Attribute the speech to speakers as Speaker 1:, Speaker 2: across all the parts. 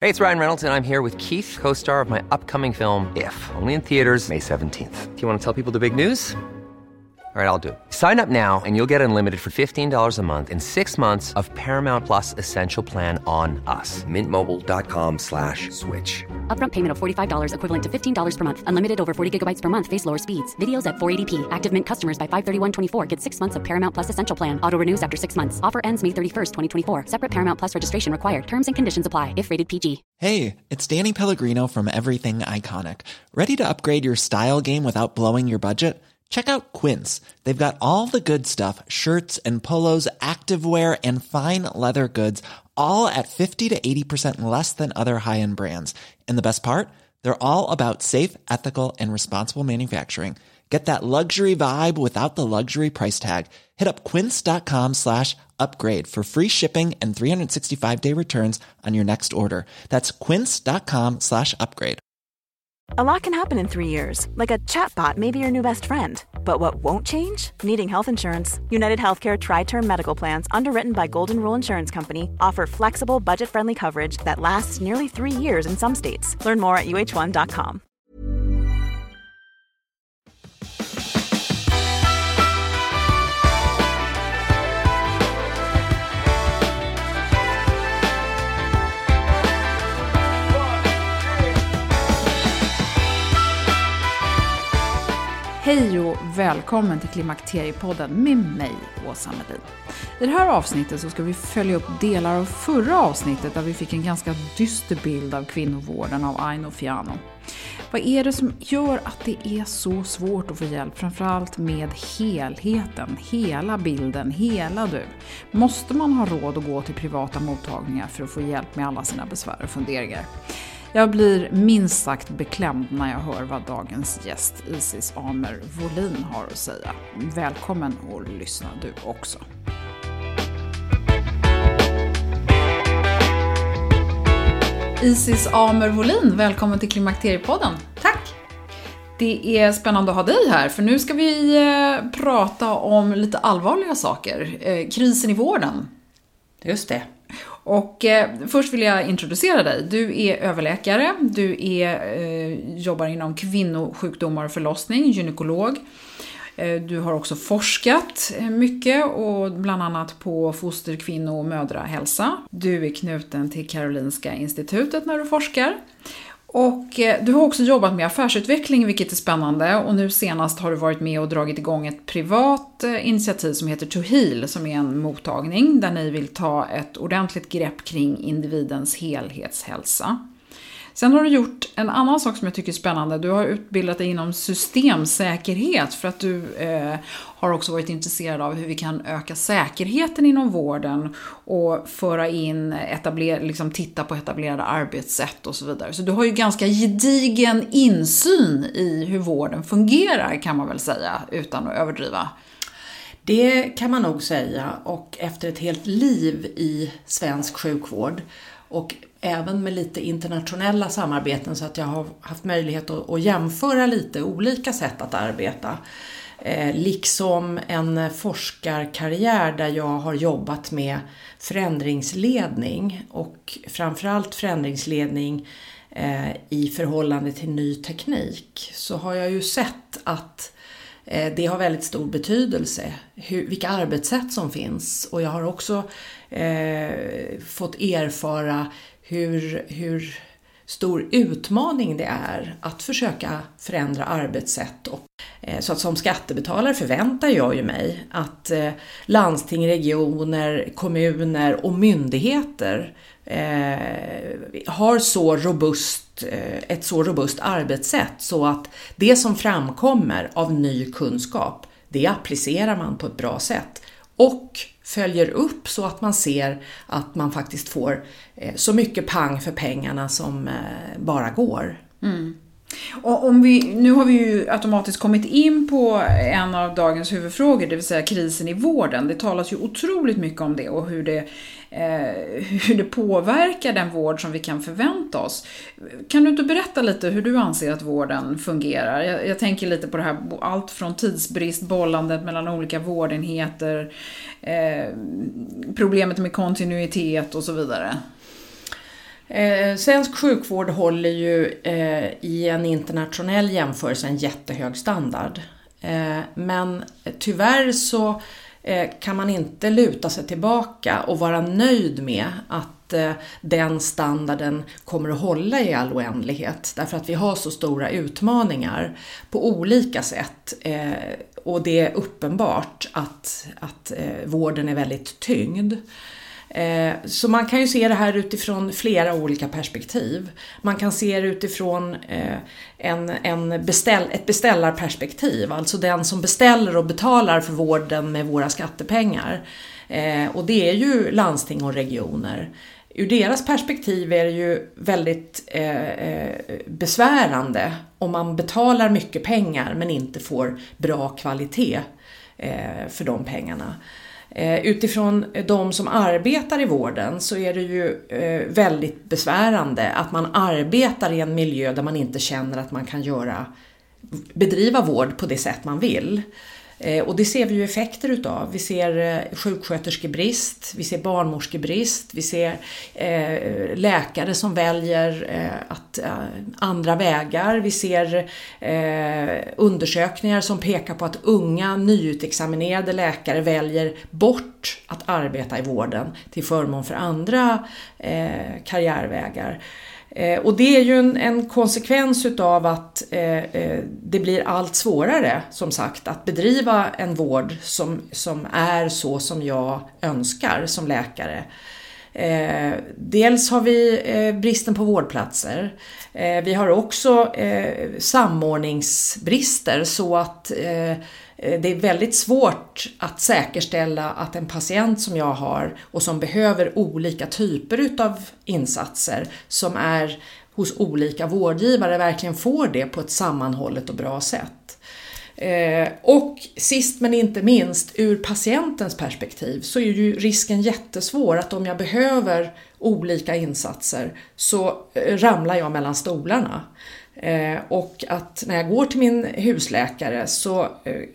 Speaker 1: Hey, it's Ryan Reynolds, and I'm here with Keith, co-star of my upcoming film, If, only in theaters May 17th. Do you want to tell people the big news? All right, I'll do it. Sign up now and you'll get unlimited for $15 a month and 6 months of Paramount Plus Essential Plan on us. MintMobile.com/switch.
Speaker 2: Upfront payment of $45 equivalent to $15 per month. Unlimited over 40 gigabytes per month. Face lower speeds. Videos at 480p. Active Mint customers by 531.24 get 6 months of Paramount Plus Essential Plan. Auto renews after 6 months. Offer ends May 31st, 2024. Separate Paramount Plus registration required. Terms and conditions apply if rated PG.
Speaker 3: Hey, it's Danny Pellegrino from Everything Iconic. Ready to upgrade your style game without blowing your budget? Check out Quince. They've got all the good stuff, shirts and polos, activewear, and fine leather goods, all at 50 to 80% less than other high-end brands. And the best part? They're all about safe, ethical, and responsible manufacturing. Get that luxury vibe without the luxury price tag. Hit up quince.com/upgrade for free shipping and 365-day returns on your next order. That's quince.com/upgrade.
Speaker 4: A lot can happen in 3 years, like a chatbot may be your new best friend. But what won't change? Needing health insurance. United Healthcare Tri-Term Medical Plans, underwritten by Golden Rule Insurance Company, offer flexible, budget-friendly coverage that lasts nearly 3 years in some states. Learn more at uh1.com.
Speaker 5: Hej och välkommen till Klimakteriepodden med mig, Åsa Melin. I det här avsnittet så ska vi följa upp delar av förra avsnittet där vi fick en ganska dyster bild av kvinnovården av Aino Fiano. Vad är det som gör att det är så svårt att få hjälp, framförallt med helheten, hela bilden, hela du? Måste man ha råd att gå till privata mottagningar för att få hjälp med alla sina besvär och funderingar? Jag blir minst sagt beklämd när jag hör vad dagens gäst Isis Amer Wåhlin har att säga. Välkommen och lyssna du också. Isis Amer Wåhlin, välkommen till Klimakteriepodden.
Speaker 6: Tack!
Speaker 5: Det är spännande att ha dig här, för nu ska vi prata om lite allvarliga saker. Krisen i vården.
Speaker 6: Just det.
Speaker 5: Och först vill jag introducera dig. Du är överläkare, du jobbar inom kvinnosjukdomar och förlossning, gynekolog. Du har också forskat mycket, och bland annat på foster-, kvinno- och mödrahälsa. Du är knuten till Karolinska institutet när du forskar. Och du har också jobbat med affärsutveckling, vilket är spännande. Och nu senast har du varit med och dragit igång ett privat initiativ som heter To Heal, som är en mottagning där ni vill ta ett ordentligt grepp kring individens helhetshälsa. Sen har du gjort en annan sak som jag tycker är spännande. Du har utbildat dig inom systemsäkerhet, för att du har också varit intresserad av hur vi kan öka säkerheten inom vården och föra in, titta på etablerade arbetssätt och så vidare. Så du har ju ganska gedigen insyn i hur vården fungerar, kan man väl säga, utan att överdriva.
Speaker 6: Det kan man nog säga, och efter ett helt liv i svensk sjukvård och även med lite internationella samarbeten, så att jag har haft möjlighet att jämföra lite olika sätt att arbeta. Liksom en forskarkarriär där jag har jobbat med förändringsledning, och framförallt förändringsledning i förhållande till ny teknik, så har jag ju sett att det har väldigt stor betydelse vilka arbetssätt som finns. Och jag har också fått erfara hur stor utmaning det är att försöka förändra arbetssätt. Så att som skattebetalare förväntar jag ju mig att landsting, regioner, kommuner och myndigheter har ett så robust arbetssätt, så att det som framkommer av ny kunskap, det applicerar man på ett bra sätt och följer upp, så att man ser att man faktiskt får så mycket pang för pengarna som bara går.
Speaker 5: Mm. Och nu har vi ju automatiskt kommit in på en av dagens huvudfrågor, det vill säga krisen i vården. Det talas ju otroligt mycket om det och hur det påverkar den vård som vi kan förvänta oss. Kan du inte berätta lite hur du anser att vården fungerar? Jag tänker lite på det här, allt från tidsbrist, bollandet mellan olika vårdenheter, problemet med kontinuitet och så vidare.
Speaker 6: Svensk sjukvård håller ju i en internationell jämförelse en jättehög standard. Men tyvärr så kan man inte luta sig tillbaka och vara nöjd med att den standarden kommer att hålla i all oändlighet. Därför att vi har så stora utmaningar på olika sätt. Och det är uppenbart att vården är väldigt tyngd. Så man kan ju se det här utifrån flera olika perspektiv. Man kan se det utifrån ett beställarperspektiv, alltså den som beställer och betalar för vården med våra skattepengar. Och det är ju landsting och regioner. Ur deras perspektiv är det ju väldigt besvärande om man betalar mycket pengar men inte får bra kvalitet för de pengarna. Utifrån de som arbetar i vården så är det ju väldigt besvärande att man arbetar i en miljö där man inte känner att man kan bedriva vård på det sätt man vill. Och det ser vi ju effekter utav. Vi ser sjuksköterskebrist, vi ser barnmorskebrist, vi ser läkare som väljer andra vägar. Vi ser undersökningar som pekar på att unga nyutexaminerade läkare väljer bort att arbeta i vården till förmån för andra karriärvägar. Och det är ju en konsekvens utav att det blir allt svårare, som sagt, att bedriva en vård som är så som jag önskar som läkare. Dels har vi bristen på vårdplatser. Vi har också samordningsbrister så att det är väldigt svårt att säkerställa att en patient som jag har och som behöver olika typer utav insatser som är hos olika vårdgivare verkligen får det på ett sammanhållet och bra sätt. Och sist men inte minst ur patientens perspektiv så är ju risken jättesvår att om jag behöver olika insatser så ramlar jag mellan stolarna. Och att när jag går till min husläkare så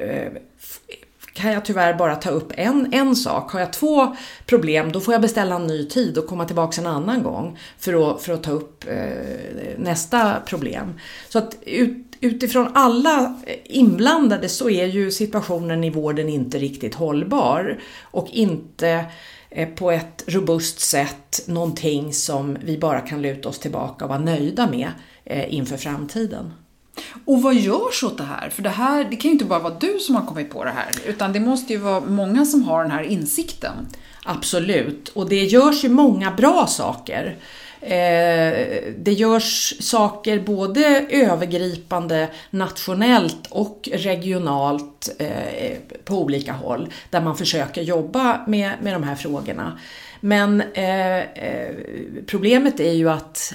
Speaker 6: kan jag tyvärr bara ta upp en sak. Har jag 2 problem då får jag beställa en ny tid och komma tillbaka en annan gång för att ta upp nästa problem. Så att utifrån alla inblandade så är ju situationen i vården inte riktigt hållbar och inte på ett robust sätt någonting som vi bara kan luta oss tillbaka och vara nöjda med inför framtiden.
Speaker 5: Och vad görs åt det här? För det kan ju inte bara vara du som har kommit på det här, utan det måste ju vara många som har den här insikten.
Speaker 6: Absolut, och det görs ju många bra saker. Det görs saker både övergripande, nationellt och regionalt på olika håll där man försöker jobba med de här frågorna. Men problemet är ju att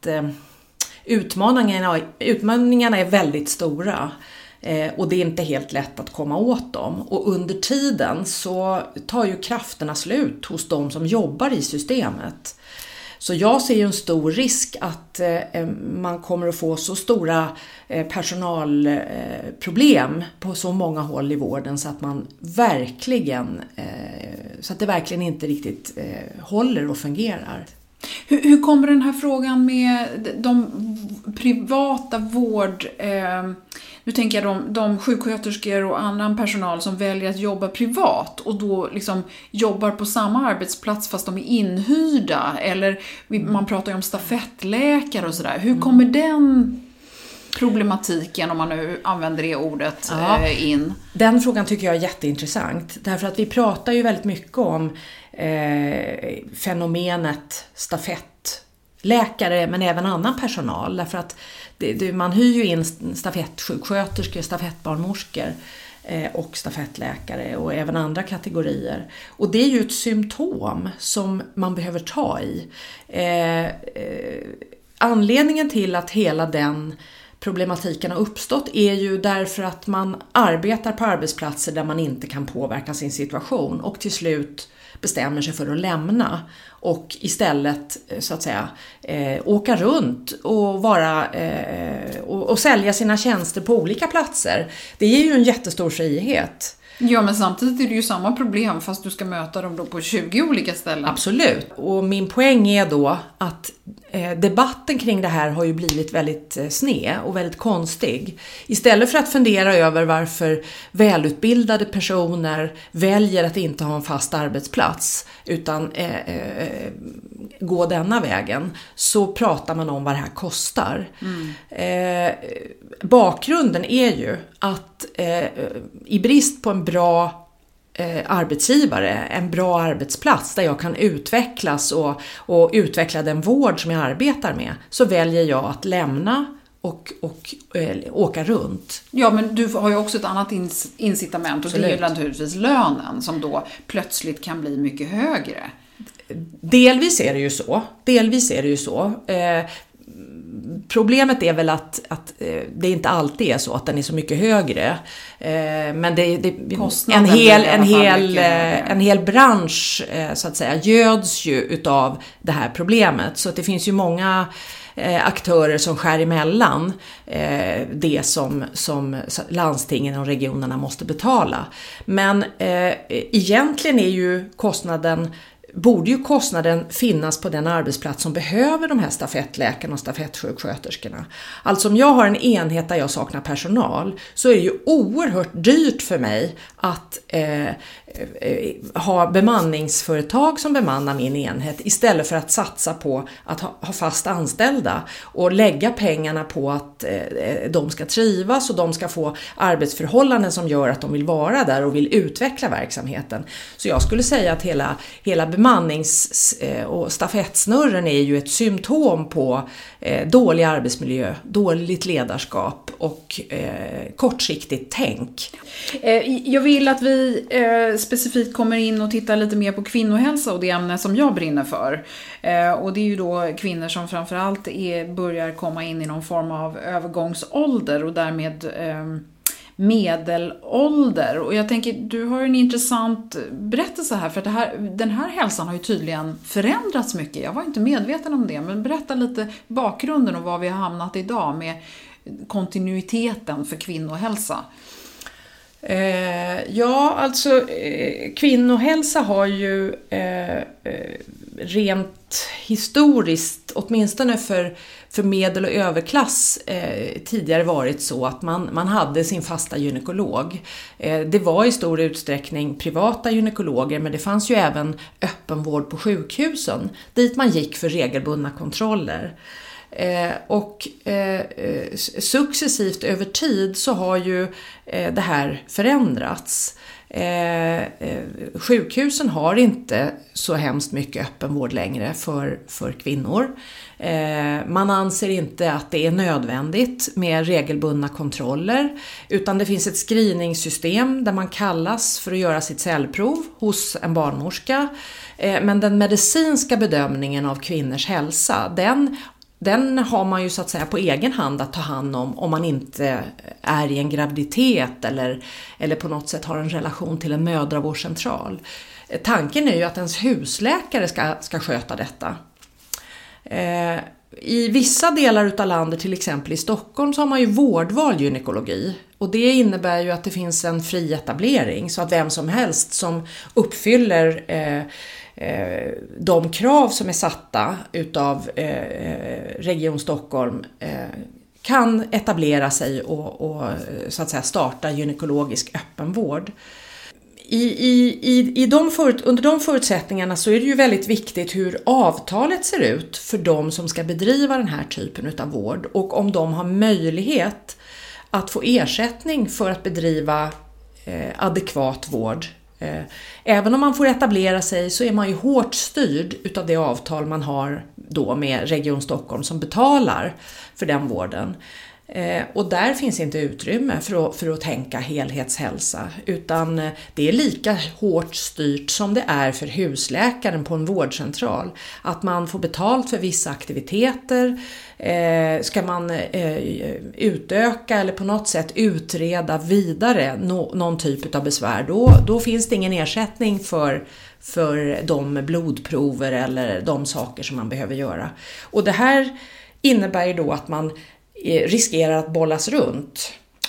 Speaker 6: utmaningarna är väldigt stora och det är inte helt lätt att komma åt dem. Och under tiden så tar ju krafterna slut hos de som jobbar i systemet. Så jag ser ju en stor risk att man kommer att få så stora personalproblem på så många håll i vården så att det verkligen inte riktigt håller och fungerar.
Speaker 5: Hur kommer den här frågan med de privata vård... Nu tänker jag de sjuksköterskor och annan personal som väljer att jobba privat och då liksom jobbar på samma arbetsplats fast de är inhyrda. Eller man pratar ju om stafettläkare och sådär. Hur kommer den problematiken, om man nu använder det ordet, in?
Speaker 6: Den frågan tycker jag är jätteintressant. Därför att vi pratar ju väldigt mycket om fenomenet stafettläkare men även annan personal. Därför att man hyr ju in stafettsjuksköterskor, stafettbarnmorskor och stafettläkare och även andra kategorier. Och det är ju ett symptom som man behöver ta i. Anledningen till att hela den problematiken har uppstått är ju därför att man arbetar på arbetsplatser där man inte kan påverka sin situation och till slut bestämmer sig för att lämna och istället så att säga åka runt och och sälja sina tjänster på olika platser. Det är ju en jättestor frihet.
Speaker 5: Ja, men samtidigt är det ju samma problem fast du ska möta dem då på 20 olika ställen.
Speaker 6: Absolut. Och min poäng är då att debatten kring det här har ju blivit väldigt sned och väldigt konstig. Istället för att fundera över varför välutbildade personer väljer att inte ha en fast arbetsplats utan gå denna vägen, så pratar man om vad det här kostar. Bakgrunden är ju att i brist på en bra arbetsgivare, en bra arbetsplats där jag kan utvecklas och utveckla den vård som jag arbetar med, så väljer jag att lämna och åka runt.
Speaker 5: Ja, men du har ju också ett annat incitament och
Speaker 6: Absolut.
Speaker 5: det är ju naturligtvis lönen som då plötsligt kan bli mycket högre.
Speaker 6: Delvis är det ju så. Problemet är väl att det inte alltid är så att den är så mycket högre. Men en hel bransch så att säga göds ju utav det här problemet. Så att det finns ju många aktörer som skär emellan det som landstingen och regionerna måste betala. Men egentligen är ju borde ju kostnaden finnas på den arbetsplats som behöver de här stafettläkarna och stafettsjuksköterskorna. Alltså om jag har en enhet där jag saknar personal, så är det ju oerhört dyrt för mig att ha bemanningsföretag som bemannar min enhet istället för att satsa på att ha fast anställda och lägga pengarna på att de ska trivas och de ska få arbetsförhållanden som gör att de vill vara där och vill utveckla verksamheten. Så jag skulle säga att hela bemannings- och stafettsnurren är ju ett symptom på dålig arbetsmiljö, dåligt ledarskap och kortsiktigt tänk.
Speaker 5: Jag vill att vi specifikt kommer in och tittar lite mer på kvinnohälsa och det ämne som jag brinner för. Och det är ju då kvinnor som framförallt börjar komma in i någon form av övergångsålder och därmed medelålder. Och jag tänker, du har en intressant berättelse här, för att den här hälsan har ju tydligen förändrats mycket. Jag var inte medveten om det, men berätta lite bakgrunden och var vi har hamnat idag med kontinuiteten för kvinnohälsa.
Speaker 6: Kvinnohälsa har ju rent historiskt, åtminstone för medel- och överklass tidigare varit så att man hade sin fasta gynekolog. Det var i stor utsträckning privata gynekologer, men det fanns ju även öppenvård på sjukhusen dit man gick för regelbundna kontroller. Successivt över tid så har ju det här förändrats. Sjukhusen har inte så hemskt mycket öppenvård längre för kvinnor. Man anser inte att det är nödvändigt med regelbundna kontroller, utan det finns ett screeningssystem där man kallas för att göra sitt cellprov hos en barnmorska. Men den medicinska bedömningen av kvinnors hälsa, den har man ju så att säga på egen hand att ta hand om man inte är i en graviditet eller på något sätt har en relation till en mödravårdscentral. Tanken är ju att ens husläkare ska sköta detta. I vissa delar av landet, till exempel i Stockholm, så har man ju vårdval gynekologi. Och det innebär ju att det finns en fri etablering, så att vem som helst som uppfyller de krav som är satta utav Region Stockholm kan etablera sig och så att säga starta gynekologisk öppenvård. Under de förutsättningarna så är det ju väldigt viktigt hur avtalet ser ut för de som ska bedriva den här typen av vård, och om de har möjlighet att få ersättning för att bedriva adekvat vård. Även om man får etablera sig så är man ju hårt styrd utav det avtal man har då med Region Stockholm som betalar för den vården. Och där finns inte utrymme för att tänka helhetshälsa, utan det är lika hårt styrt som det är för husläkaren på en vårdcentral. Att man får betalt för vissa aktiviteter, ska man utöka eller på något sätt utreda vidare någon typ av besvär, då finns det ingen ersättning för de blodprover eller de saker som man behöver göra. Och det här innebär ju då att man riskerar att bollas runt.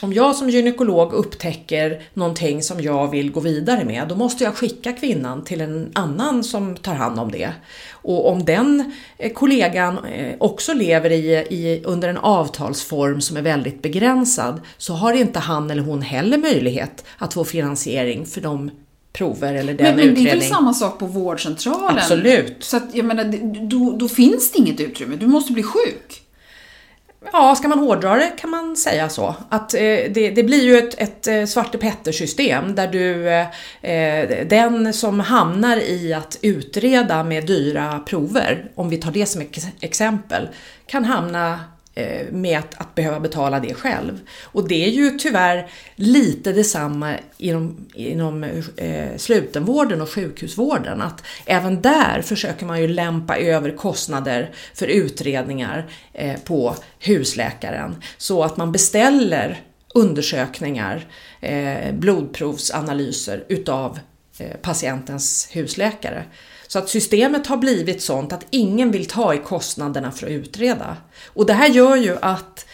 Speaker 6: Om jag som gynekolog upptäcker någonting som jag vill gå vidare med, då måste jag skicka kvinnan till en annan som tar hand om det. Och om den kollegan också lever under en avtalsform som är väldigt begränsad, så har inte han eller hon heller möjlighet att få finansiering för de prover eller den utredning.
Speaker 5: Men det är väl samma sak på vårdcentralen?
Speaker 6: Absolut.
Speaker 5: Så att, jag menar, då finns det inget utrymme. Du måste bli sjuk.
Speaker 6: Ja, ska man hårdra det kan man säga så. Att det blir ju ett Svarte Petter-system där den som hamnar i att utreda med dyra prover, om vi tar det som exempel, kan hamna med att behöva betala det själv. Och det är ju tyvärr lite detsamma inom slutenvården och sjukhusvården, att även där försöker man ju lämpa över kostnader för utredningar på husläkaren, så att man beställer undersökningar, blodprovsanalyser utav patientens husläkare. Så att systemet har blivit sånt att ingen vill ta i kostnaderna för att utreda. Och det här gör ju att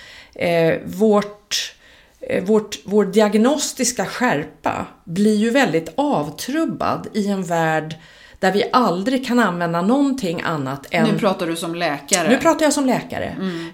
Speaker 6: vår diagnostiska skärpa blir ju väldigt avtrubbad i en värld där vi aldrig kan använda någonting annat än...
Speaker 5: Nu pratar du som läkare.
Speaker 6: Nu pratar jag som läkare.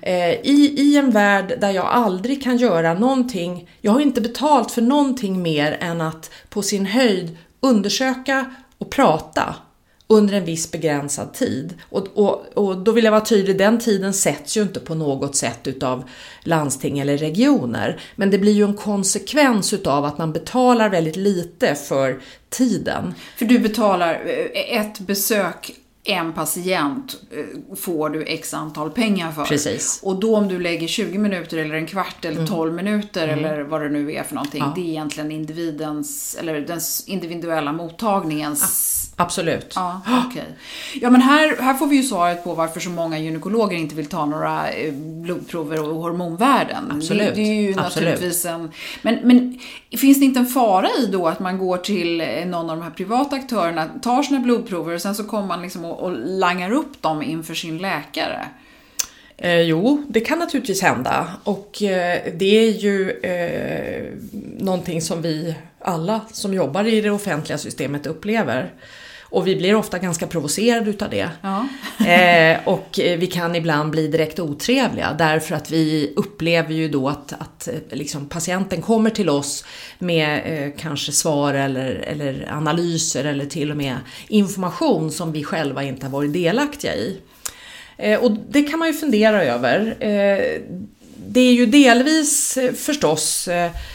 Speaker 6: I en värld där jag aldrig kan göra någonting, jag har inte betalt för någonting mer än att på sin höjd undersöka och prata under en viss begränsad tid. Och då vill jag vara tydlig, den tiden sätts ju inte på något sätt utav landsting eller regioner. Men det blir ju en konsekvens utav att man betalar väldigt lite för tiden.
Speaker 5: För du betalar ett besök, en patient får du x antal pengar för.
Speaker 6: Precis.
Speaker 5: Och då om du lägger 20 minuter eller en kvart eller 12 minuter eller vad det nu är för någonting. Ja. Det är egentligen individens, eller den individuella mottagningens...
Speaker 6: Absolut.
Speaker 5: Ja, okej. Ja, men här får vi ju svaret på varför så många gynekologer inte vill ta några blodprover och hormonvärden.
Speaker 6: Absolut.
Speaker 5: Det är ju naturligtvis en... Men finns det inte en fara i då att man går till någon av de här privata aktörerna, tar sina blodprover och sen så kommer man liksom och langar upp dem inför sin läkare?
Speaker 6: Jo, det kan naturligtvis hända. Och det är ju någonting som vi alla som jobbar i det offentliga systemet upplever. Och vi blir ofta ganska provocerade utav det. Ja. Och vi kan ibland bli direkt otrevliga. Därför att vi upplever ju då att liksom patienten kommer till oss med kanske svar eller analyser eller till och med information som vi själva inte har varit delaktiga i. Och det kan man ju fundera över. Det är ju delvis förstås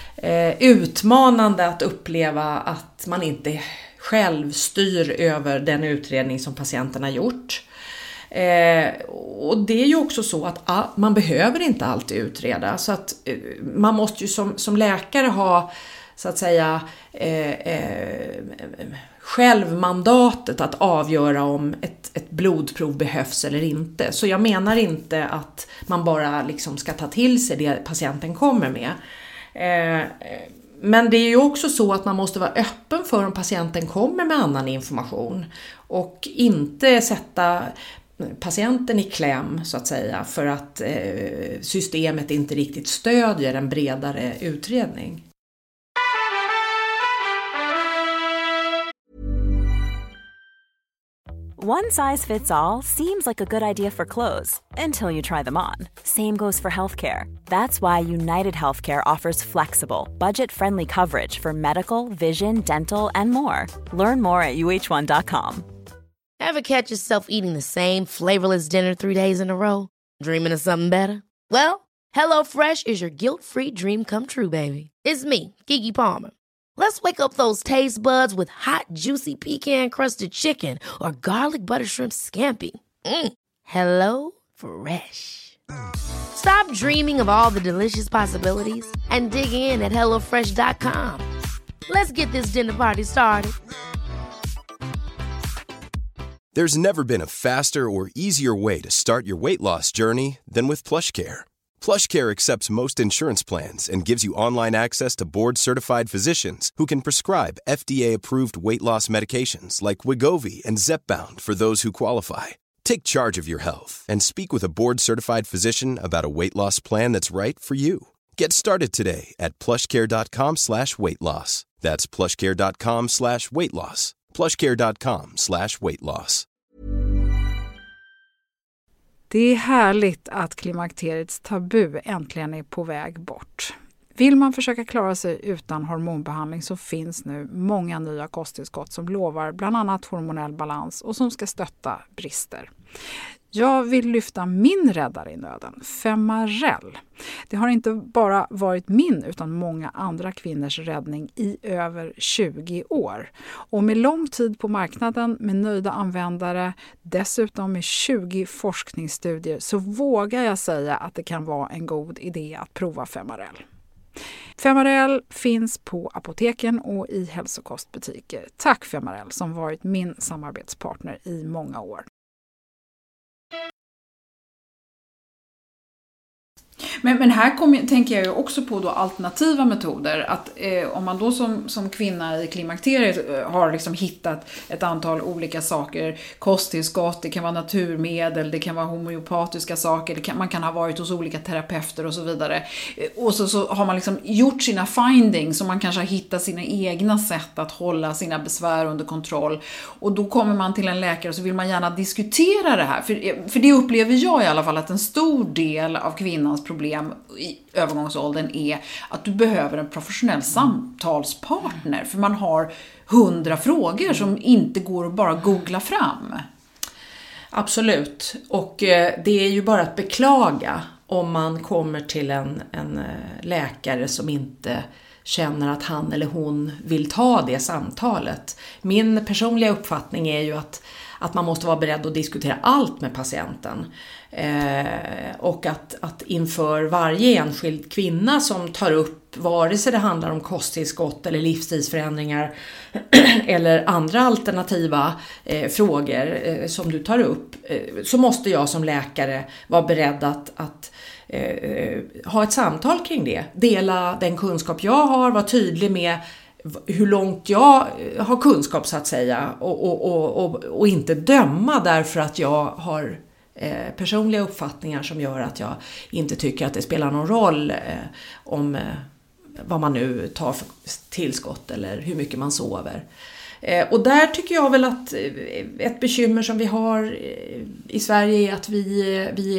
Speaker 6: utmanande att uppleva att man inte själv styr över den utredning som patienten har gjort. Och det är ju också så att man behöver inte alltid utreda. Så att man måste ju som läkare ha, så att säga, självmandatet att avgöra om ett blodprov behövs eller inte. Så jag menar inte att man bara liksom ska ta till sig det patienten kommer med. Men det är ju också så att man måste vara öppen för om patienten kommer med annan information och inte sätta patienten i kläm, så att säga, för att systemet inte riktigt stödjer en bredare utredning.
Speaker 4: One size fits all seems like a good idea for clothes until you try them on. Same goes for healthcare. That's why United Healthcare offers flexible, budget-friendly coverage for medical, vision, dental, and more. Learn more at uh1.com.
Speaker 7: Ever catch yourself eating the same flavorless dinner 3 days in a row? Dreaming of something better? Well, HelloFresh is your guilt-free dream come true, baby. It's me, Keke Palmer. Let's wake up those taste buds with hot, juicy pecan-crusted chicken or garlic butter shrimp scampi. Hello Fresh. Stop dreaming of all the delicious possibilities and dig in at HelloFresh.com. Let's get this dinner party started.
Speaker 8: There's never been a faster or easier way to start your weight loss journey than with PlushCare. PlushCare accepts most insurance plans and gives you online access to board-certified physicians who can prescribe FDA-approved weight loss medications like Wegovy and Zepbound for those who qualify. Take charge of your health and speak with a board-certified physician about a weight loss plan that's right for you. Get started today at plushcare.com/weight-loss. That's plushcare.com/weight-loss. plushcare.com/weight-loss.
Speaker 5: Det är härligt att klimakteriets tabu äntligen är på väg bort. Vill man försöka klara sig utan hormonbehandling så finns nu många nya kosttillskott som lovar bland annat hormonell balans och som ska stötta brister. Jag vill lyfta min räddare i nöden, Femarel. Det har inte bara varit min utan många andra kvinnors räddning i över 20 år. Och med lång tid på marknaden, med nöjda användare, dessutom med 20 forskningsstudier så vågar jag säga att det kan vara en god idé att prova Femarel. Femarel finns på apoteken och i hälsokostbutiker. Tack Femarel som varit min samarbetspartner i många år. Men här tänker jag ju också på då alternativa metoder. Att om man då som kvinna i klimakteriet har liksom hittat ett antal olika saker, kosttillskott, det kan vara naturmedel, det kan vara homeopatiska saker, man kan ha varit hos olika terapeuter och så vidare. Och så har man liksom gjort sina findings och man kanske har hittat sina egna sätt att hålla sina besvär under kontroll. Och då kommer man till en läkare och så vill man gärna diskutera det här. För det upplever jag i alla fall att en stor del av kvinnans problem i övergångsåldern är att du behöver en professionell samtalspartner för man har 100 frågor som inte går att bara googla fram.
Speaker 6: Absolut, och det är ju bara att beklaga om man kommer till en läkare som inte känner att han eller hon vill ta det samtalet. Min personliga uppfattning är ju att man måste vara beredd att diskutera allt med patienten. Och att inför varje enskild kvinna som tar upp, vare sig det handlar om kosttillskott eller livsstilsförändringar eller andra alternativa frågor som du tar upp, så måste jag som läkare vara beredd att ha ett samtal kring det. Dela den kunskap jag har, vara tydlig med hur långt jag har kunskap så att säga och inte döma därför att jag har personliga uppfattningar som gör att jag inte tycker att det spelar någon roll om vad man nu tar för tillskott eller hur mycket man sover. Och där tycker jag väl att ett bekymmer som vi har i Sverige är att vi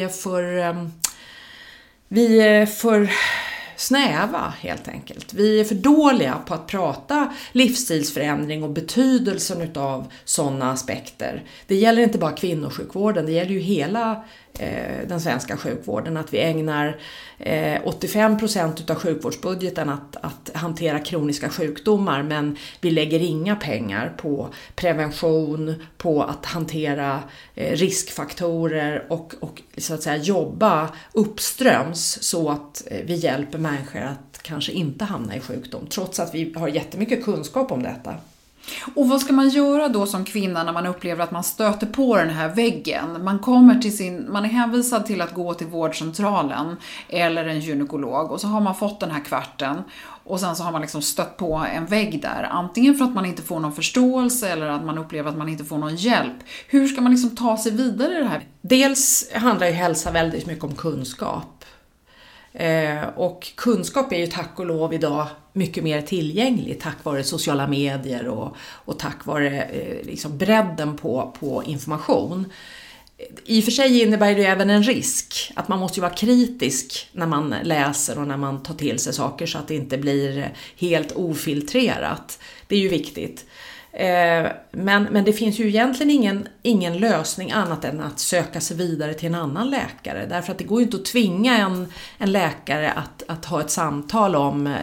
Speaker 6: är för snäva helt enkelt. Vi är för dåliga på att prata livsstilsförändring och betydelsen utav sådana aspekter. Det gäller inte bara kvinnosjukvården, det gäller ju hela den svenska sjukvården. Att vi ägnar 85% utav sjukvårdsbudgeten att hantera kroniska sjukdomar, men vi lägger inga pengar på prevention, på att hantera riskfaktorer och så att säga jobba uppströms så att vi hjälper människor att kanske inte hamna i sjukdom, trots att vi har jättemycket kunskap om detta.
Speaker 5: Och vad ska man göra då som kvinna när man upplever att man stöter på den här väggen? Man är hänvisad till att gå till vårdcentralen eller en gynekolog och så har man fått den här kvarten och sen så har man liksom stött på en vägg där. Antingen för att man inte får någon förståelse eller att man upplever att man inte får någon hjälp. Hur ska man liksom ta sig vidare i det här?
Speaker 6: Dels handlar ju hälsa väldigt mycket om kunskap. Och kunskap är ju tack och lov idag mycket mer tillgänglig tack vare sociala medier och tack vare liksom bredden på information. I och för sig innebär det även en risk att man måste ju vara kritisk när man läser och när man tar till sig saker så att det inte blir helt ofiltrerat. Det är ju viktigt. Men det finns ju egentligen ingen lösning annat än att söka sig vidare till en annan läkare. Därför att det går ju inte att tvinga en läkare att ha ett samtal om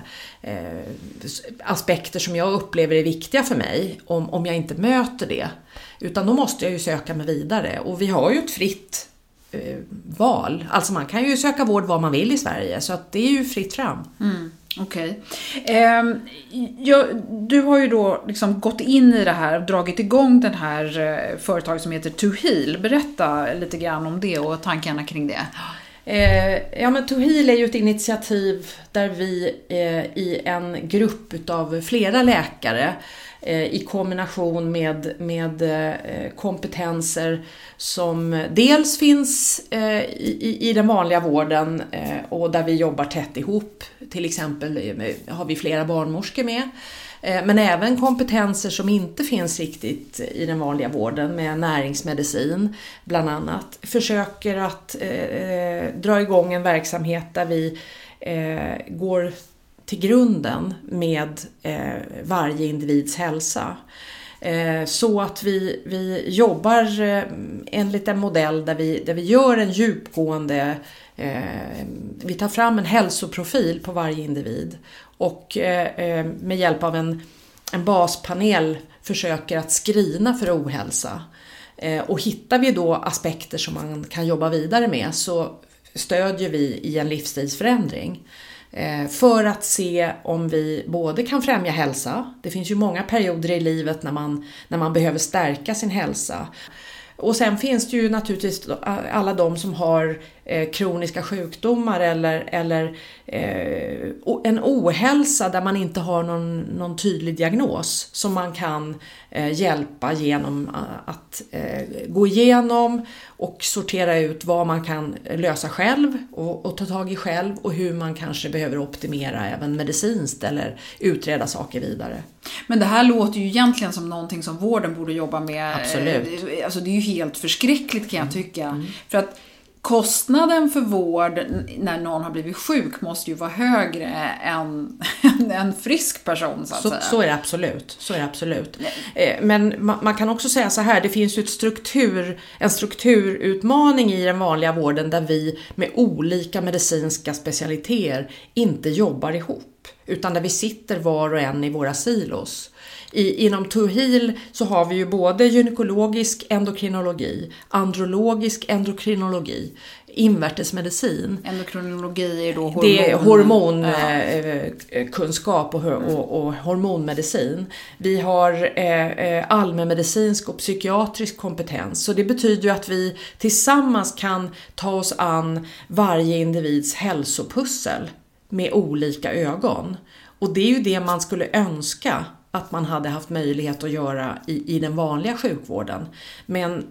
Speaker 6: aspekter som jag upplever är viktiga för mig om jag inte möter det. Utan då måste jag ju söka mig vidare. Och vi har ju ett fritt val. Alltså man kan ju söka vård var man vill i Sverige. Så att det är ju fritt fram.
Speaker 5: Okej. Du har ju då liksom gått in i det här och dragit igång den här företaget som heter To Heal. Berätta lite grann om det och tankarna kring det.
Speaker 6: Ja, men To Heal är ju ett initiativ där vi i en grupp av flera läkare i kombination med kompetenser som dels finns i den vanliga vården och där vi jobbar tätt ihop. Till exempel har vi flera barnmorskor med. Men även kompetenser som inte finns riktigt i den vanliga vården med näringsmedicin bland annat. Försöker att dra igång en verksamhet där vi går till grunden med varje individs hälsa. Så att vi jobbar enligt en modell där vi gör en djupgående, vi tar fram en hälsoprofil på varje individ och med hjälp av en baspanel försöker att screena för ohälsa. Och hittar vi då aspekter som man kan jobba vidare med så stödjer vi i en livsstilsförändring. För att se om vi både kan främja hälsa. Det finns ju många perioder i livet när man behöver stärka sin hälsa. Och sen finns det ju naturligtvis alla de som har kroniska sjukdomar eller en ohälsa där man inte har någon tydlig diagnos som man kan hjälpa genom att gå igenom och sortera ut vad man kan lösa själv och ta tag i själv och hur man kanske behöver optimera även medicinskt eller utreda saker vidare.
Speaker 5: Men det här låter ju egentligen som någonting som vården borde jobba med.
Speaker 6: Absolut.
Speaker 5: Alltså det är ju helt förskräckligt kan jag tycka. För att kostnaden för vård när någon har blivit sjuk måste ju vara högre än en frisk person så att säga.
Speaker 6: Så är det absolut. Men man kan också säga så här, det finns ju en strukturutmaning i den vanliga vården där vi med olika medicinska specialiteter inte jobbar ihop. Utan där vi sitter var och en i våra silos. Inom TUHIL så har vi ju både gynekologisk endokrinologi, andrologisk endokrinologi, invärtesmedicin.
Speaker 5: Endokrinologi är då
Speaker 6: hormonkunskap och hormonmedicin. Vi har allmänmedicinsk och psykiatrisk kompetens. Så det betyder ju att vi tillsammans kan ta oss an varje individs hälsopussel med olika ögon. Och det är ju det man skulle önska att man hade haft möjlighet att göra i den vanliga sjukvården. Men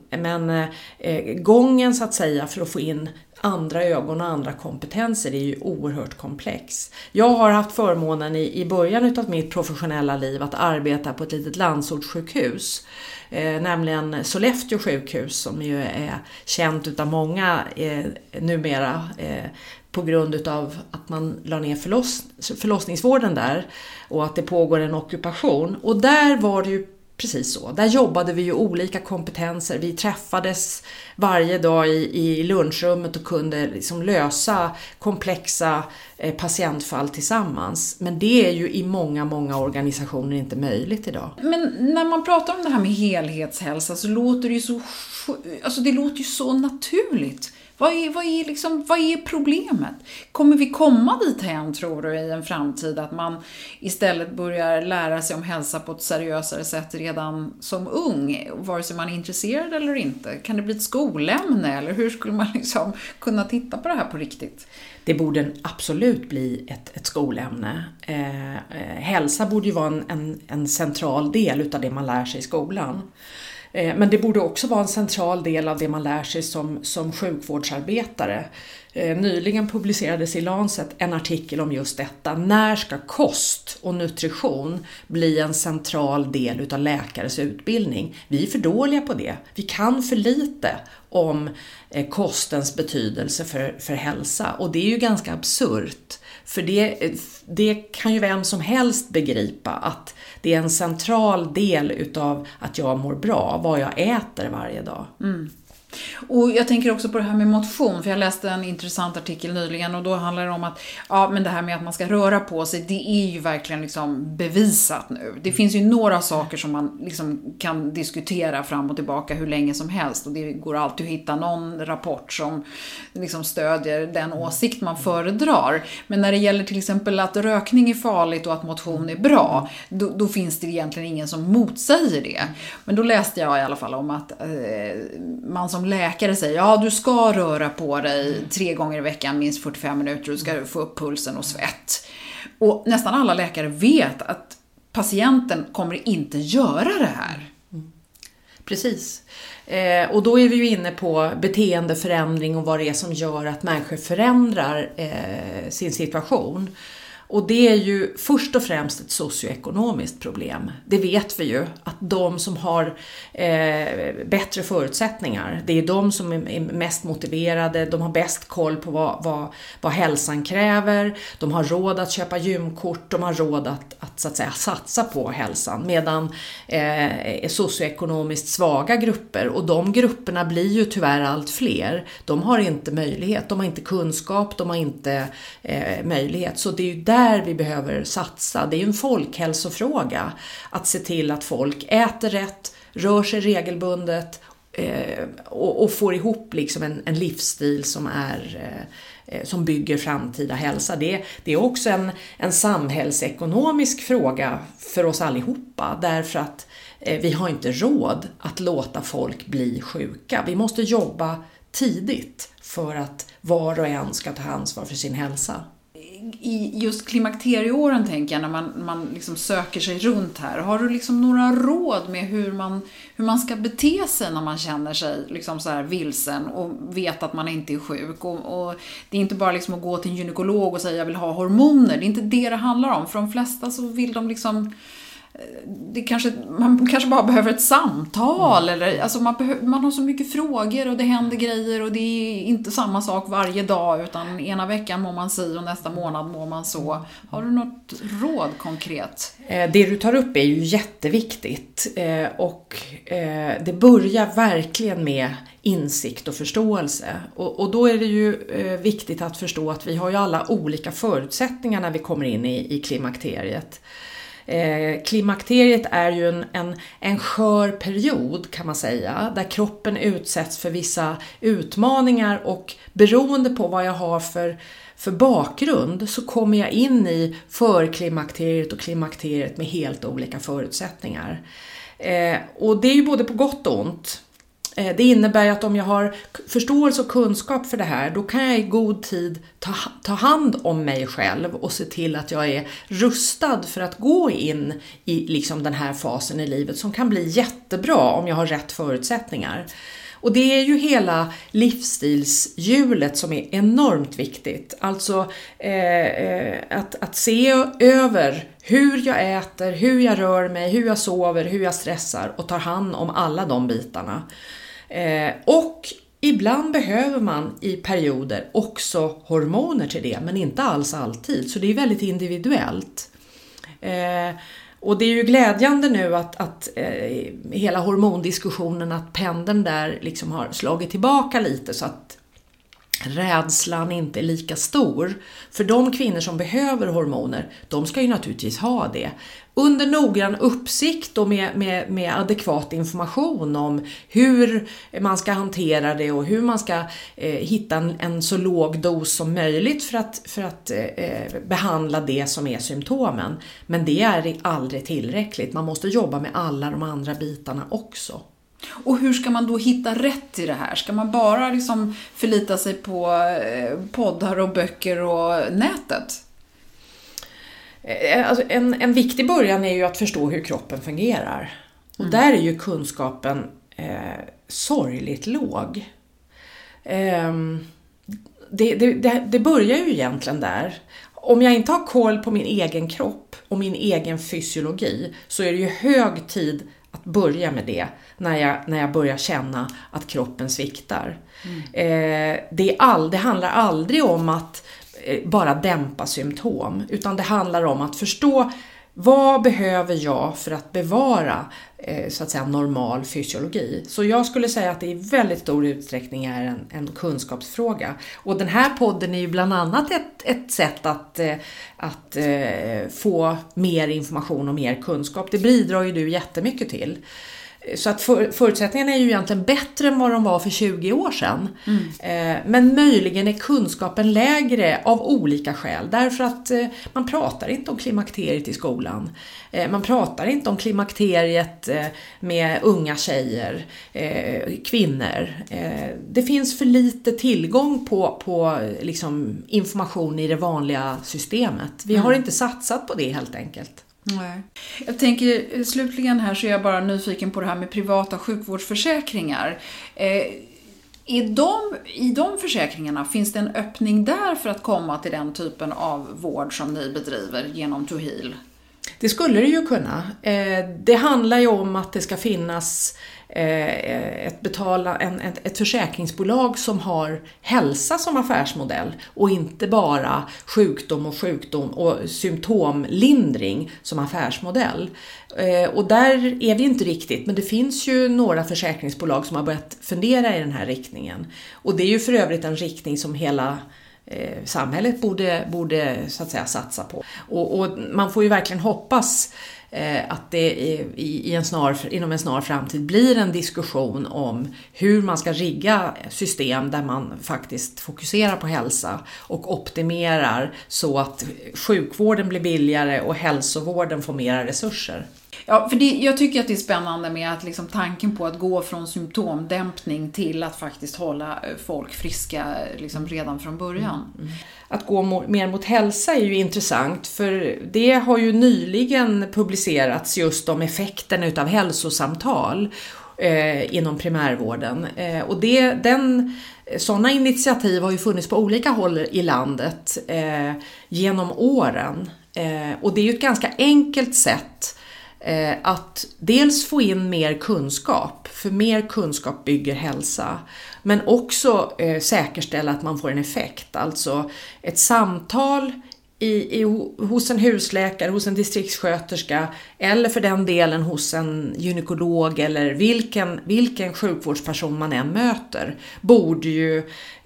Speaker 6: gången så att säga för att få in andra ögon och andra kompetenser är ju oerhört komplex. Jag har haft förmånen i början av mitt professionella liv att arbeta på ett litet landsortssjukhus. Nämligen Sollefteå sjukhus som ju är känt utav många numera på grund utav att man la ner förlossningsvården där och att det pågår en ockupation. Och där var det ju precis så. Där jobbade vi ju olika kompetenser. Vi träffades varje dag i lunchrummet och kunde liksom lösa komplexa patientfall tillsammans. Men det är ju i många organisationer inte möjligt idag.
Speaker 5: Men när man pratar om det här med helhetshälsa så låter det ju så, alltså det låter ju så naturligt. Vad är problemet? Kommer vi komma dit här, tror du, i en framtid att man istället börjar lära sig om hälsa på ett seriösare sätt redan som ung, vare sig man är intresserad eller inte? Kan det bli ett skolämne eller hur skulle man liksom kunna titta på det här på riktigt?
Speaker 6: Det borde absolut bli ett skolämne. Hälsa borde ju vara en central del av det man lär sig i skolan. Men det borde också vara en central del av det man lär sig som sjukvårdsarbetare. Nyligen publicerades i Lancet en artikel om just detta. När ska kost och nutrition bli en central del av läkares utbildning? Vi är för dåliga på det. Vi kan för lite om kostens betydelse för hälsa. Och det är ju ganska absurt. För det kan ju vem som helst begripa att det är en central del utav att jag mår bra, vad jag äter varje dag.
Speaker 5: Mm. Och jag tänker också på det här med motion, för jag läste en intressant artikel nyligen och då handlar det om att men det här med att man ska röra på sig, det är ju verkligen liksom bevisat nu. Det finns ju några saker som man liksom kan diskutera fram och tillbaka hur länge som helst och det går alltid att hitta någon rapport som liksom stödjer den åsikt man föredrar. Men när det gäller till exempel att rökning är farligt och att motion är bra, då finns det egentligen ingen som motsäger det. Men då läste jag i alla fall om att man som läkare säger, du ska röra på dig 3 gånger i veckan, minst 45 minuter, du ska få upp pulsen och svett. Och nästan alla läkare vet att patienten kommer inte göra det här.
Speaker 6: Precis. Och då är vi ju inne på beteendeförändring och vad det är som gör att människor förändrar sin situation. Och det är ju först och främst ett socioekonomiskt problem. Det vet vi ju, att de som har bättre förutsättningar, det är de som är mest motiverade, de har bäst koll på vad hälsan kräver, de har råd att köpa gymkort, de har råd att så att säga satsa på hälsan. Medan socioekonomiskt svaga grupper, och de grupperna blir ju tyvärr allt fler, de har inte möjlighet, de har inte kunskap, de har inte möjlighet. Så det är ju där vi behöver satsa. Det är ju en folkhälsofråga att se till att folk äter rätt, rör sig regelbundet och får ihop liksom en livsstil som bygger framtida hälsa. Det är också en samhällsekonomisk fråga för oss allihopa, därför att vi har inte råd att låta folk bli sjuka. Vi måste jobba tidigt för att var och en ska ta ansvar för sin hälsa.
Speaker 5: I just klimakterieåren tänker jag, när man liksom söker sig runt här, har du liksom några råd med hur man ska bete sig när man känner sig liksom så här vilsen och vet att man inte är sjuk, och det är inte bara liksom att gå till en gynekolog och säga jag vill ha hormoner, det är inte det handlar om. För de flesta så vill de liksom, man kanske bara behöver ett samtal, eller alltså man har så mycket frågor och det händer grejer, och det är inte samma sak varje dag, utan ena veckan mår man si och nästa månad mår man så. Har du något råd konkret?
Speaker 6: Det du tar upp är ju jätteviktigt, och det börjar verkligen med insikt och förståelse, och då är det ju viktigt att förstå att vi har ju alla olika förutsättningar när vi kommer in i klimakteriet. Klimakteriet är ju en skör period, kan man säga, där kroppen utsätts för vissa utmaningar, och beroende på vad jag har för bakgrund så kommer jag in i förklimakteriet och klimakteriet med helt olika förutsättningar. Och det är ju både på gott och ont. Det innebär att om jag har förståelse och kunskap för det här, då kan jag i god tid ta hand om mig själv och se till att jag är rustad för att gå in i liksom den här fasen i livet, som kan bli jättebra om jag har rätt förutsättningar. Och det är ju hela livsstilshjulet som är enormt viktigt. Alltså att se över hur jag äter, hur jag rör mig, hur jag sover, hur jag stressar, och tar hand om alla de bitarna. Och ibland behöver man i perioder också hormoner till det, men inte alls alltid. Så det är väldigt individuellt. Och det är ju glädjande nu att hela hormondiskussionen, att pendeln där liksom har slagit tillbaka lite, så att rädslan inte är lika stor. För de kvinnor som behöver hormoner, de ska ju naturligtvis ha det. Under noggrann uppsikt och med adekvat information om hur man ska hantera det och hur man ska hitta en så låg dos som möjligt för att behandla det som är symptomen. Men det är aldrig tillräckligt. Man måste jobba med alla de andra bitarna också.
Speaker 5: Och hur ska man då hitta rätt i det här? Ska man bara liksom förlita sig på poddar och böcker och nätet?
Speaker 6: Alltså en viktig början är ju att förstå hur kroppen fungerar. Och där är ju kunskapen sorgligt låg. Det börjar ju egentligen där. Om jag inte har koll på min egen kropp och min egen fysiologi, så är det ju hög tid att börja med det när jag börjar känna att kroppen sviktar. Det handlar aldrig om att bara dämpa symptom, utan det handlar om att förstå vad behöver jag för att bevara så att säga normal fysiologi. Så jag skulle säga att det i väldigt stor utsträckning är en kunskapsfråga. Och den här podden är ju bland annat ett sätt att få mer information och mer kunskap. Det bidrar ju du jättemycket till. Så att förutsättningarna är ju egentligen bättre än vad de var för 20 år sedan. Men möjligen är kunskapen lägre av olika skäl. Därför att man pratar inte om klimakteriet i skolan. Man pratar inte om klimakteriet med unga tjejer, kvinnor. Det finns för lite tillgång på liksom information i det vanliga systemet. Vi har inte satsat på det helt enkelt.
Speaker 5: Nej. Jag tänker slutligen här, så är jag bara nyfiken på det här med privata sjukvårdsförsäkringar. I de försäkringarna, finns det en öppning där för att komma till den typen av vård som ni bedriver genom Toheal?
Speaker 6: Det skulle det ju kunna. Det handlar ju om att det ska finnas ett försäkringsbolag som har hälsa som affärsmodell och inte bara sjukdom och symptomlindring som affärsmodell. Och där är vi inte riktigt, men det finns ju några försäkringsbolag som har börjat fundera i den här riktningen. Och det är ju för övrigt en riktning som hela samhället borde så att säga satsa på. Och man får ju verkligen hoppas att det inom en snar framtid blir en diskussion om hur man ska rigga system där man faktiskt fokuserar på hälsa och optimerar så att sjukvården blir billigare och hälsovården får mera resurser.
Speaker 5: Ja, för jag tycker att det är spännande med att liksom tanken på att gå från symptomdämpning till att faktiskt hålla folk friska liksom redan från början.
Speaker 6: Att gå mer mot hälsa är ju intressant, för det har ju nyligen publicerats just om effekterna utav hälsosamtal inom primärvården. Och sådana initiativ har ju funnits på olika håll i landet genom åren. Och det är ju ett ganska enkelt sätt att dels få in mer kunskap, för mer kunskap bygger hälsa, men också säkerställa att man får en effekt, alltså ett samtal hos en husläkare, hos en distriktssköterska eller för den delen hos en gynekolog eller vilken sjukvårdsperson man än möter, borde ju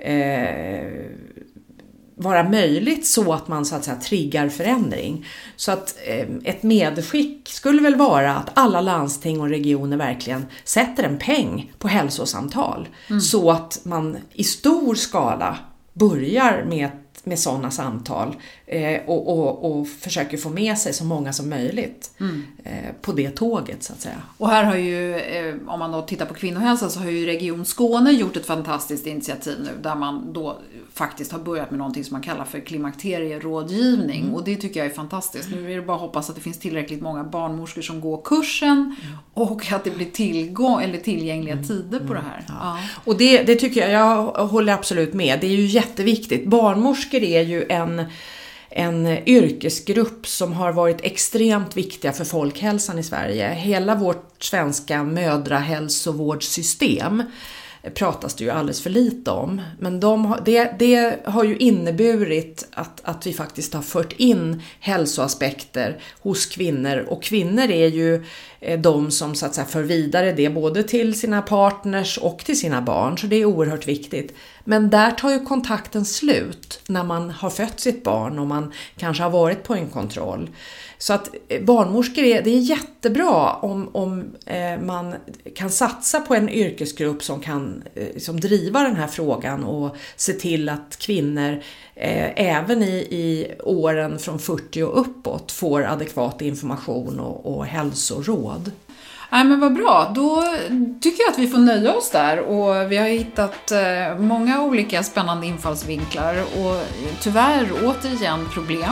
Speaker 6: vara möjligt så att man så att säga triggar förändring. Så att ett medskick skulle väl vara att alla landsting och regioner verkligen sätter en peng på hälsosamtal så att man i stor skala börjar med sådana samtal och försöker få med sig så många som möjligt på det tåget så att säga.
Speaker 5: Och här har ju, om man då tittar på kvinnohälsa, så har ju Region Skåne gjort ett fantastiskt initiativ nu där man då faktiskt har börjat med någonting som man kallar för klimakterierådgivning och det tycker jag är fantastiskt. Nu är det bara att hoppas att det finns tillräckligt många barnmorskor som går kursen och att det blir tillgängliga tider på det här. Ja.
Speaker 6: Och det tycker jag håller absolut med. Det är ju jätteviktigt. Barnmorskor är ju en yrkesgrupp som har varit extremt viktiga för folkhälsan i Sverige. Hela vårt svenska mödrahälsovårdssystem pratas det ju alldeles för lite om. Men det har ju inneburit att vi faktiskt har fört in hälsoaspekter hos kvinnor. Och kvinnor är ju de som så att säga för vidare det både till sina partners och till sina barn. Så det är oerhört viktigt. Men där tar ju kontakten slut när man har fött sitt barn och man kanske har varit på en kontroll. Så att barnmorskor det är jättebra om man kan satsa på en yrkesgrupp som kan driva den här frågan och se till att kvinnor även i åren från 40 och uppåt får adekvat information och hälsoråd.
Speaker 5: Nej, men vad bra, då tycker jag att vi får nöja oss där och vi har hittat många olika spännande infallsvinklar och tyvärr återigen problem.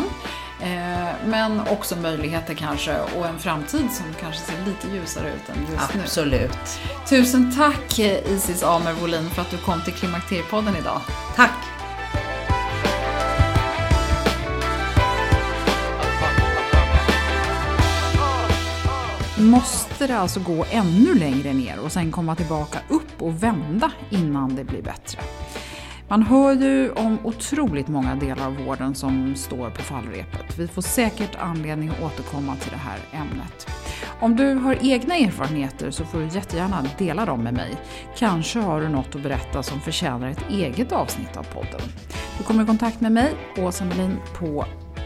Speaker 5: Men också möjligheter kanske och en framtid som kanske ser lite ljusare ut än just nu.
Speaker 6: Absolut.
Speaker 5: Tusen tack Isis Amer Wåhlin för att du kom till Klimakteriepodden idag.
Speaker 6: Tack.
Speaker 5: Måste det alltså gå ännu längre ner och sen komma tillbaka upp och vända innan det blir bättre? Man hör ju om otroligt många delar av vården som står på fallrepet. Vi får säkert anledning att återkomma till det här ämnet. Om du har egna erfarenheter så får du jättegärna dela dem med mig. Kanske har du något att berätta som förtjänar ett eget avsnitt av podden. Du kommer i kontakt med mig, Åsa Melin, på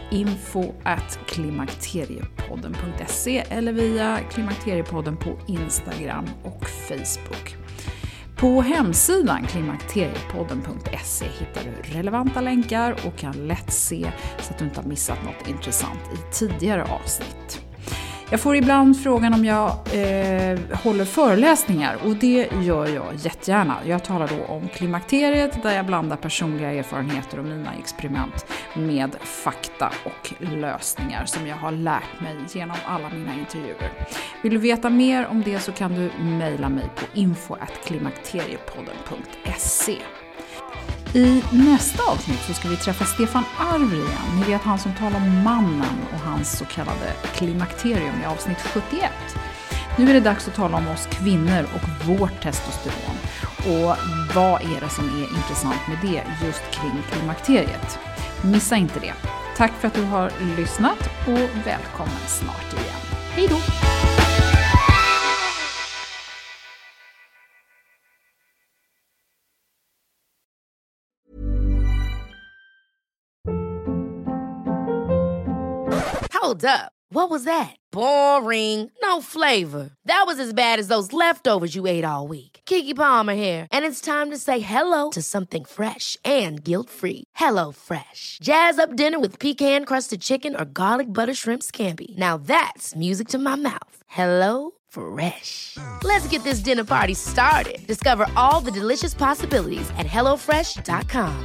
Speaker 5: info@klimakteriepodden.se eller via Klimakteriepodden på Instagram och Facebook. På hemsidan klimakteriepodden.se hittar du relevanta länkar och kan lätt se så att du inte har missat något intressant i tidigare avsnitt. Jag får ibland frågan om jag håller föreläsningar, och det gör jag jättegärna. Jag talar då om klimakteriet, där jag blandar personliga erfarenheter och mina experiment med fakta och lösningar som jag har lärt mig genom alla mina intervjuer. Vill du veta mer om det så kan du mejla mig på info@klimakteriepodden.se. I nästa avsnitt så ska vi träffa Stefan Arver igen. Ni vet, han som talar om mannen och hans så kallade klimakterium i avsnitt 71. Nu är det dags att tala om oss kvinnor och vårt testosteron. Och vad är det som är intressant med det just kring klimakteriet? Missa inte det. Tack för att du har lyssnat och välkommen snart igen. Hej då!
Speaker 7: Hold up. What was that? Boring. No flavor. That was as bad as those leftovers you ate all week. Keke Palmer here, and it's time to say hello to something fresh and guilt-free. Hello Fresh. Jazz up dinner with pecan-crusted chicken or garlic butter shrimp scampi. Now that's music to my mouth. Hello Fresh. Let's get this dinner party started. Discover all the delicious possibilities at hellofresh.com.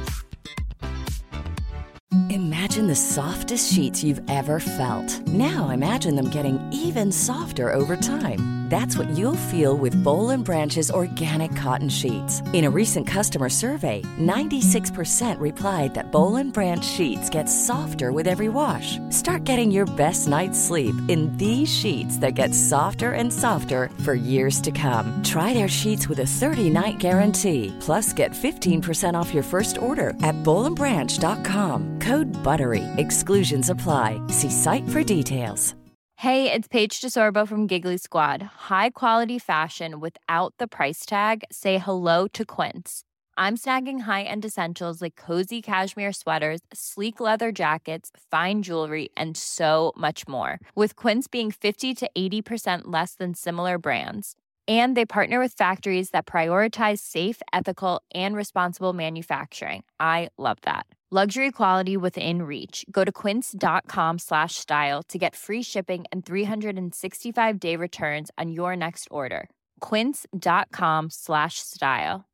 Speaker 9: Imagine the softest sheets you've ever felt. Now imagine them getting even softer over time. That's what you'll feel with Boll & Branch's organic cotton sheets. In a recent customer survey, 96% replied that Boll & Branch sheets get softer with every wash. Start getting your best night's sleep in these sheets that get softer and softer for years to come. Try their sheets with a 30-night guarantee. Plus, get 15% off your first order at bollandbranch.com. Code BUTTERY. Exclusions apply. See site for details.
Speaker 10: Hey, it's Paige DeSorbo from Giggly Squad. High quality fashion without the price tag. Say hello to Quince. I'm snagging high-end essentials like cozy cashmere sweaters, sleek leather jackets, fine jewelry, and so much more. With Quince being 50 to 80% less than similar brands. And they partner with factories that prioritize safe, ethical, and responsible manufacturing. I love that. Luxury quality within reach. Go to quince.com/style to get free shipping and 365-day returns on your next order. Quince.com/style.